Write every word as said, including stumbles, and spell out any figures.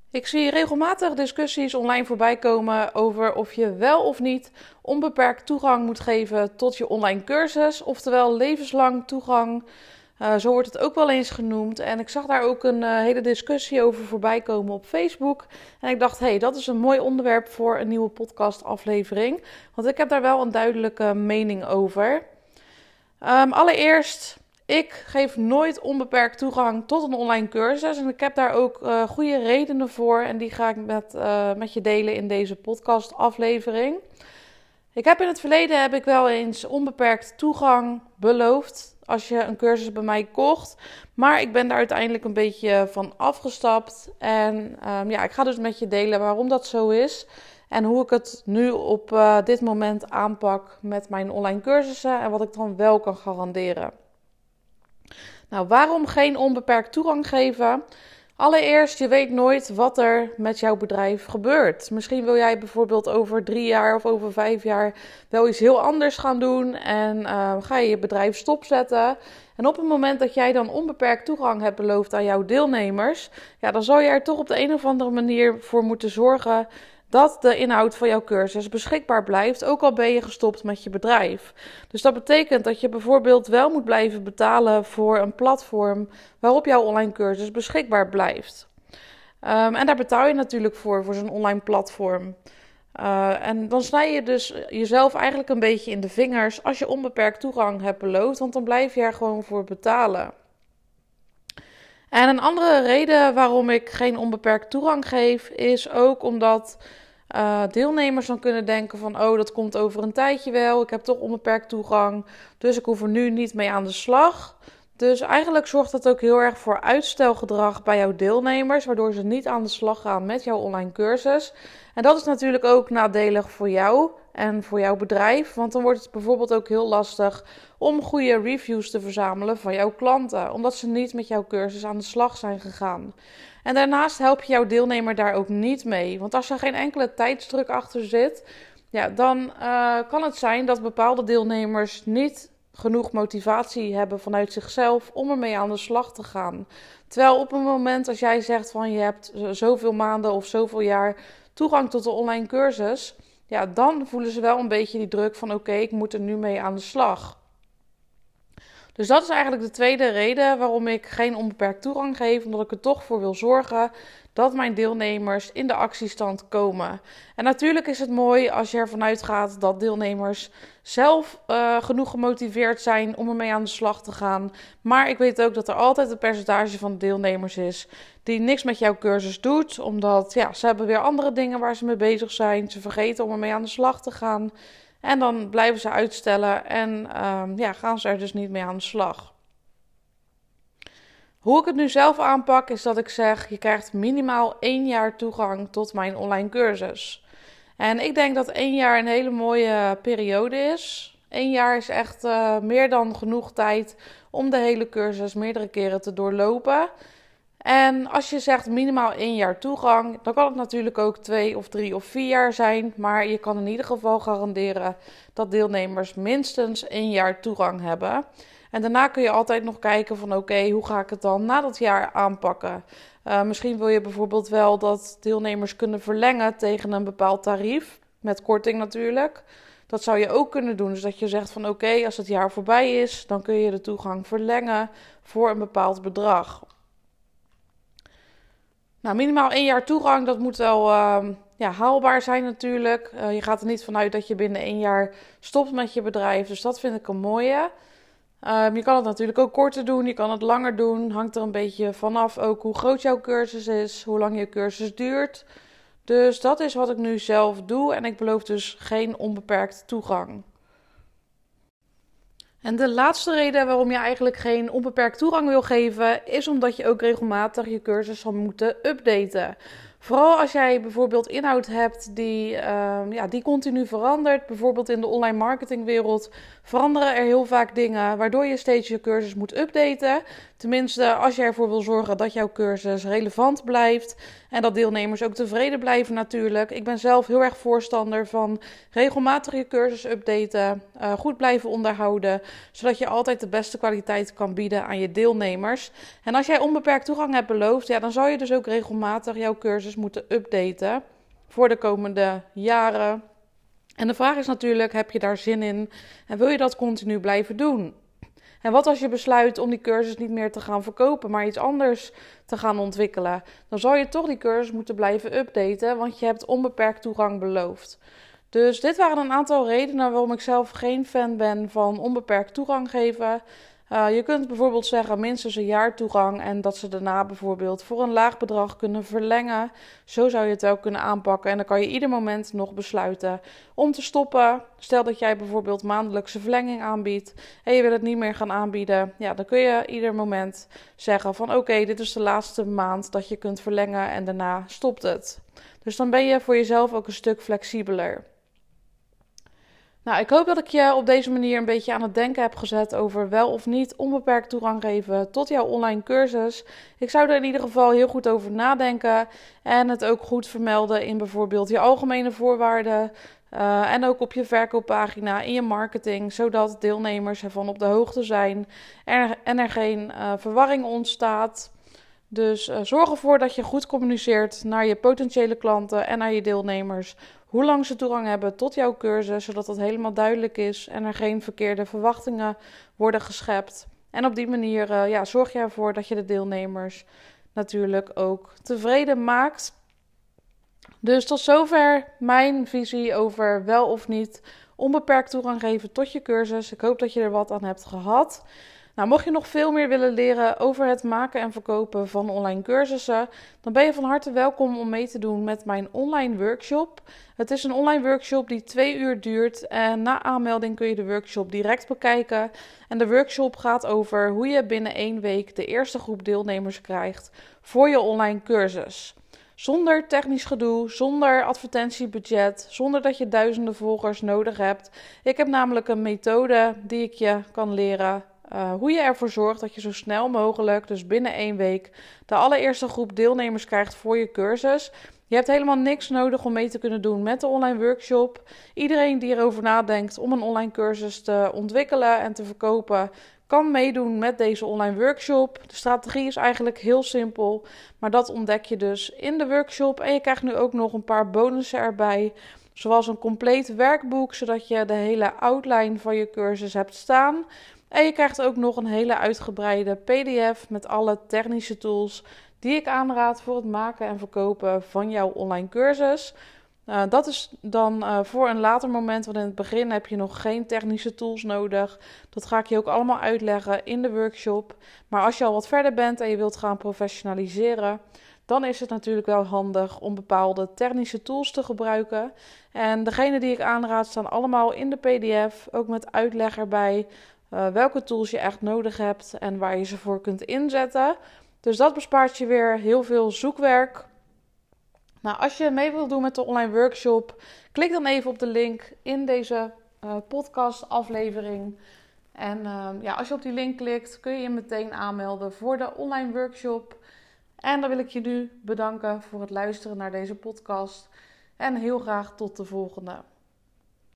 Ik zie regelmatig discussies online voorbij komen over of je wel of niet onbeperkt toegang moet geven tot je online cursus, oftewel levenslang toegang. Uh, zo wordt het ook wel eens genoemd. En ik zag daar ook een uh, hele discussie over voorbij komen op Facebook. En ik dacht, hé, hey, dat is een mooi onderwerp voor een nieuwe podcastaflevering. Want ik heb daar wel een duidelijke mening over. Um, allereerst, ik geef nooit onbeperkt toegang tot een online cursus. En ik heb daar ook uh, goede redenen voor. En die ga ik met, uh, met je delen in deze podcastaflevering. Ik heb in het verleden heb ik wel eens onbeperkt toegang beloofd als je een cursus bij mij kocht. Maar ik ben daar uiteindelijk een beetje van afgestapt. En um, ja, ik ga dus met je delen waarom dat zo is. En hoe ik het nu op uh, dit moment aanpak met mijn online cursussen. En wat ik dan wel kan garanderen. Nou, waarom geen onbeperkt toegang geven? Allereerst, je weet nooit wat er met jouw bedrijf gebeurt. Misschien wil jij bijvoorbeeld over drie jaar of over vijf jaar wel iets heel anders gaan doen. En uh, ga je je bedrijf stopzetten. En op het moment dat jij dan onbeperkt toegang hebt beloofd aan jouw deelnemers, ja, dan zal je er toch op de een of andere manier voor moeten zorgen dat de inhoud van jouw cursus beschikbaar blijft, ook al ben je gestopt met je bedrijf. Dus dat betekent dat je bijvoorbeeld wel moet blijven betalen voor een platform waarop jouw online cursus beschikbaar blijft. Um, en daar betaal je natuurlijk voor, voor zo'n online platform. Uh, en dan snij je dus jezelf eigenlijk een beetje in de vingers als je onbeperkt toegang hebt beloofd, want dan blijf je er gewoon voor betalen. En een andere reden waarom ik geen onbeperkt toegang geef, is ook omdat uh, deelnemers dan kunnen denken van, oh, dat komt over een tijdje wel, ik heb toch onbeperkt toegang, dus ik hoef er nu niet mee aan de slag. Dus eigenlijk zorgt dat ook heel erg voor uitstelgedrag bij jouw deelnemers, waardoor ze niet aan de slag gaan met jouw online cursus. En dat is natuurlijk ook nadelig voor jou en voor jouw bedrijf, want dan wordt het bijvoorbeeld ook heel lastig om goede reviews te verzamelen van jouw klanten, omdat ze niet met jouw cursus aan de slag zijn gegaan. En daarnaast help je jouw deelnemer daar ook niet mee, want als er geen enkele tijdsdruk achter zit, ja, dan uh, kan het zijn dat bepaalde deelnemers niet genoeg motivatie hebben vanuit zichzelf om ermee aan de slag te gaan. Terwijl op een moment als jij zegt van je hebt zoveel maanden of zoveel jaar toegang tot de online cursus, ja, dan voelen ze wel een beetje die druk van oké, okay, ik moet er nu mee aan de slag. Dus dat is eigenlijk de tweede reden waarom ik geen onbeperkt toegang geef, omdat ik er toch voor wil zorgen dat mijn deelnemers in de actiestand komen. En natuurlijk is het mooi als je ervan uitgaat dat deelnemers zelf uh, genoeg gemotiveerd zijn om ermee aan de slag te gaan. Maar ik weet ook dat er altijd een percentage van de deelnemers is die niks met jouw cursus doet, omdat ja, ze hebben weer andere dingen waar ze mee bezig zijn. Ze vergeten om ermee aan de slag te gaan. En dan blijven ze uitstellen en um, ja, gaan ze er dus niet mee aan de slag. Hoe ik het nu zelf aanpak is dat ik zeg, je krijgt minimaal één jaar toegang tot mijn online cursus. En ik denk dat één jaar een hele mooie periode is. Eén jaar is echt uh, meer dan genoeg tijd om de hele cursus meerdere keren te doorlopen. En als je zegt minimaal één jaar toegang, dan kan het natuurlijk ook twee of drie of vier jaar zijn. Maar je kan in ieder geval garanderen dat deelnemers minstens één jaar toegang hebben. En daarna kun je altijd nog kijken van oké, okay, hoe ga ik het dan na dat jaar aanpakken? Uh, misschien wil je bijvoorbeeld wel dat deelnemers kunnen verlengen tegen een bepaald tarief. Met korting natuurlijk. Dat zou je ook kunnen doen. Dus dat je zegt van oké, okay, als het jaar voorbij is, dan kun je de toegang verlengen voor een bepaald bedrag. Nou, minimaal één jaar toegang, dat moet wel uh, ja, haalbaar zijn natuurlijk. Uh, je gaat er niet vanuit dat je binnen één jaar stopt met je bedrijf. Dus dat vind ik een mooie. Uh, je kan het natuurlijk ook korter doen, je kan het langer doen. Hangt er een beetje vanaf ook hoe groot jouw cursus is, hoe lang je cursus duurt. Dus dat is wat ik nu zelf doe en ik beloof dus geen onbeperkt toegang. En de laatste reden waarom je eigenlijk geen onbeperkt toegang wil geven, is omdat je ook regelmatig je cursus zal moeten updaten. Vooral als jij bijvoorbeeld inhoud hebt die, uh, ja, die continu verandert. Bijvoorbeeld in de online marketingwereld veranderen er heel vaak dingen waardoor je steeds je cursus moet updaten. Tenminste, als je ervoor wil zorgen dat jouw cursus relevant blijft en dat deelnemers ook tevreden blijven natuurlijk. Ik ben zelf heel erg voorstander van regelmatig je cursus updaten, uh, goed blijven onderhouden, zodat je altijd de beste kwaliteit kan bieden aan je deelnemers. En als jij onbeperkt toegang hebt beloofd, ja, dan zal je dus ook regelmatig jouw cursus moeten updaten voor de komende jaren. En de vraag is natuurlijk, heb je daar zin in en wil je dat continu blijven doen? En wat als je besluit om die cursus niet meer te gaan verkopen, maar iets anders te gaan ontwikkelen? Dan zal je toch die cursus moeten blijven updaten, want je hebt onbeperkt toegang beloofd. Dus dit waren een aantal redenen waarom ik zelf geen fan ben van onbeperkt toegang geven. Uh, je kunt bijvoorbeeld zeggen minstens een jaar toegang en dat ze daarna bijvoorbeeld voor een laag bedrag kunnen verlengen. Zo zou je het wel kunnen aanpakken en dan kan je ieder moment nog besluiten om te stoppen. Stel dat jij bijvoorbeeld maandelijkse verlenging aanbiedt en je wil het niet meer gaan aanbieden. Ja, dan kun je ieder moment zeggen van oké, okay, dit is de laatste maand dat je kunt verlengen en daarna stopt het. Dus dan ben je voor jezelf ook een stuk flexibeler. Nou, ik hoop dat ik je op deze manier een beetje aan het denken heb gezet over wel of niet onbeperkt toegang geven tot jouw online cursus. Ik zou er in ieder geval heel goed over nadenken en het ook goed vermelden in bijvoorbeeld je algemene voorwaarden uh, en ook op je verkooppagina, in je marketing, zodat deelnemers ervan op de hoogte zijn en er, en er geen uh, verwarring ontstaat. Dus uh, zorg ervoor dat je goed communiceert naar je potentiële klanten en naar je deelnemers hoe lang ze toegang hebben tot jouw cursus, zodat dat helemaal duidelijk is en er geen verkeerde verwachtingen worden geschept. En op die manier uh, ja, zorg je ervoor dat je de deelnemers natuurlijk ook tevreden maakt. Dus tot zover mijn visie over wel of niet onbeperkt toegang geven tot je cursus. Ik hoop dat je er wat aan hebt gehad. Nou, mocht je nog veel meer willen leren over het maken en verkopen van online cursussen, dan ben je van harte welkom om mee te doen met mijn online workshop. Het is een online workshop die twee uur duurt en na aanmelding kun je de workshop direct bekijken. En de workshop gaat over hoe je binnen één week de eerste groep deelnemers krijgt voor je online cursus. Zonder technisch gedoe, zonder advertentiebudget, zonder dat je duizenden volgers nodig hebt. Ik heb namelijk een methode die ik je kan leren. Uh, hoe je ervoor zorgt dat je zo snel mogelijk, dus binnen één week, de allereerste groep deelnemers krijgt voor je cursus. Je hebt helemaal niks nodig om mee te kunnen doen met de online workshop. Iedereen die erover nadenkt om een online cursus te ontwikkelen en te verkopen, kan meedoen met deze online workshop. De strategie is eigenlijk heel simpel, maar dat ontdek je dus in de workshop. En je krijgt nu ook nog een paar bonussen erbij, zoals een compleet werkboek, zodat je de hele outline van je cursus hebt staan. En je krijgt ook nog een hele uitgebreide P D F met alle technische tools die ik aanraad voor het maken en verkopen van jouw online cursus. Uh, dat is dan uh, voor een later moment, want in het begin heb je nog geen technische tools nodig. Dat ga ik je ook allemaal uitleggen in de workshop. Maar als je al wat verder bent en je wilt gaan professionaliseren, dan is het natuurlijk wel handig om bepaalde technische tools te gebruiken. En degene die ik aanraad staan allemaal in de P D F, ook met uitleg erbij. Uh, welke tools je echt nodig hebt en waar je ze voor kunt inzetten. Dus dat bespaart je weer heel veel zoekwerk. Nou, als je mee wilt doen met de online workshop, klik dan even op de link in deze uh, podcast aflevering. En uh, ja, als je op die link klikt, kun je je meteen aanmelden voor de online workshop. En dan wil ik je nu bedanken voor het luisteren naar deze podcast. En heel graag tot de volgende.